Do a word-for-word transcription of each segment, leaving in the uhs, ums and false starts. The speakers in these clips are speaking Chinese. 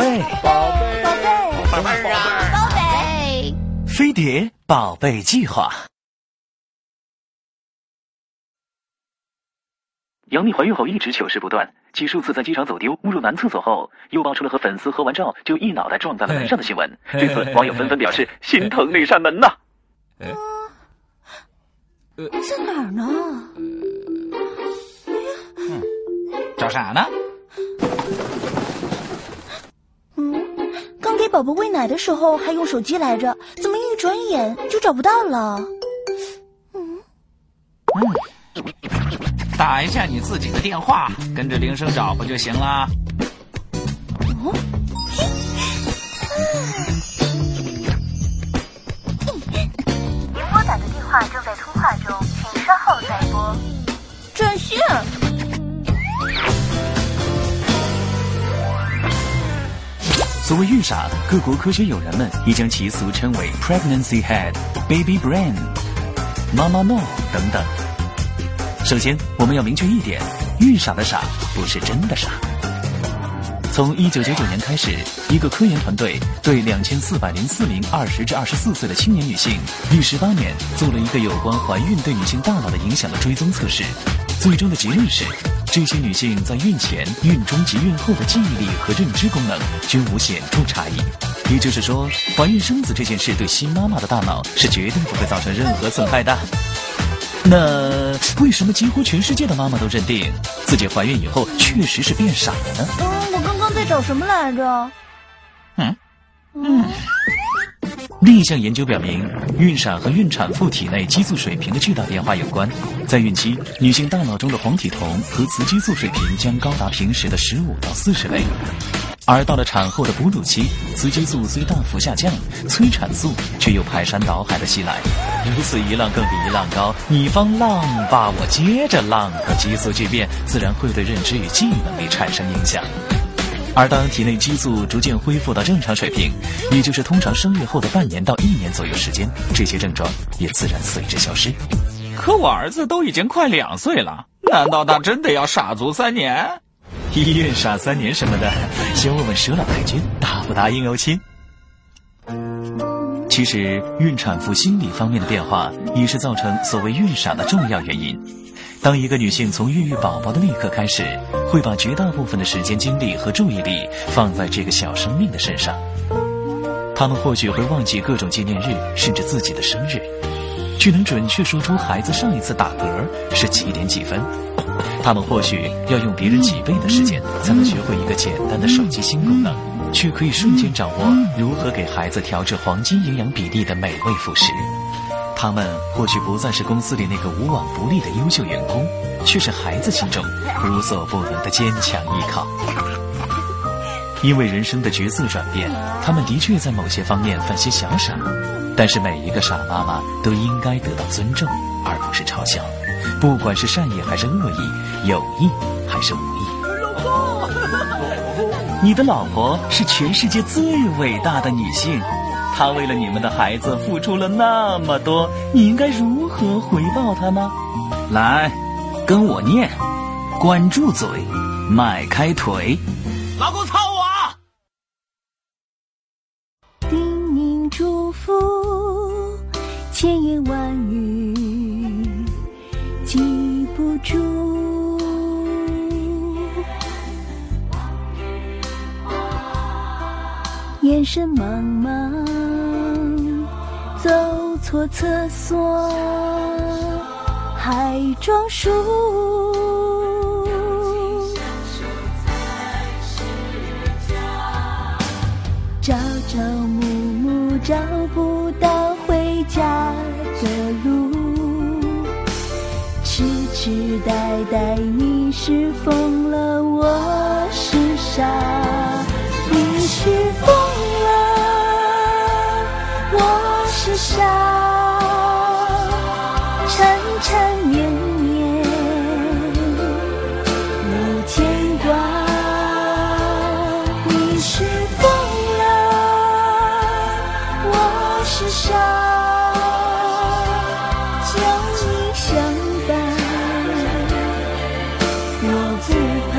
贝， 宝贝， 宝贝， 宝贝啊， 宝贝， 飞碟宝贝计划。杨幂怀孕后一直糗事不断，继数次在机场走丢、误入男厕所后，又爆出了和粉丝合完照就一脑袋撞在了门上的新闻。对此，网友纷纷表示心疼那扇门呐。 呃，在哪儿呢？ 嗯，找啥呢？ 嗯，刚给宝宝喂奶的时候还用手机来着，怎么一转眼就找不到了？嗯， 嗯，打一下你自己的电话，跟着铃声找不就行了？ 哦， 您拨打的电话正在通话中，请稍后再拨。 转线。 所谓孕傻，各国科学友人们已将其俗称为 pregnancy head、baby brain、mama no 等等。首先，我们要明确一点，孕傻的傻不是真的傻。从一九九九年开始，一个科研团队对两千四百零四名二十至二十四岁的青年女性，历时八年做了一个有关怀孕对女性大脑的影响的追踪测试。最终的结论是，这些女性在孕前、孕中及孕后的记忆力和认知功能均无显著差异。也就是说，怀孕生子这件事对新妈妈的大脑是绝对不会造成任何损害的。那为什么几乎全世界的妈妈都认定自己怀孕以后确实是变傻了呢？ 嗯，我刚刚在找什么来着？ 嗯嗯。 另一项研究表明，孕傻和孕产妇体内激素水平的巨大变化有关。在孕期，女性大脑中的黄体酮和雌激素水平将高达平时的十五到四十倍。而到了产后的哺乳期，雌激素虽大幅下降，催产素却又排山倒海的袭来。如此一浪更比一浪高，你方浪把我接着浪的激素巨变，自然会对认知与记忆能力产生影响。而当体内激素逐渐恢复到正常水平，也就是通常生育后的半年到一年左右时间，这些症状也自然随之消失。 可我儿子都已经快两岁了，难道他真的要傻足三年？ 医院傻三年什么的，先问问佘老太君答不答应哦，亲。其实，孕产妇心理方面的变化也是造成所谓孕傻的重要原因。当一个女性从孕育宝宝的那一刻开始，会把绝大部分的时间、精力和注意力放在这个小生命的身上。她们或许会忘记各种纪念日，甚至自己的生日，却能准确说出孩子上一次打嗝是几点几分。她们或许要用别人几倍的时间才能学会一个简单的手机新功能，却可以瞬间掌握如何给孩子调制黄金营养比例的美味辅食。他们或许不再是公司里那个无往不利的优秀员工，却是孩子心中无所不能的坚强依靠。因为人生的角色转变，他们的确在某些方面犯些小傻，但是每一个傻妈妈都应该得到尊重，而不是嘲笑。不管是善意还是恶意，有意还是无意。你的老婆是全世界最伟大的女性，她为了你们的孩子付出了那么多，你应该如何回报她呢？来，跟我念：关住嘴，迈开腿。 老公操我！ 叮咛嘱咐，千言万语记不住。眼神茫茫，走错厕所，还装熟。朝朝暮暮找不到回家的路，痴痴呆呆你是疯了，我是傻，你是疯了，我是傻，缠缠绵绵无牵挂，你是疯是傻，将你相伴，我不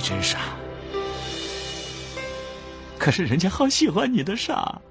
真傻。可是人家好喜欢你的傻。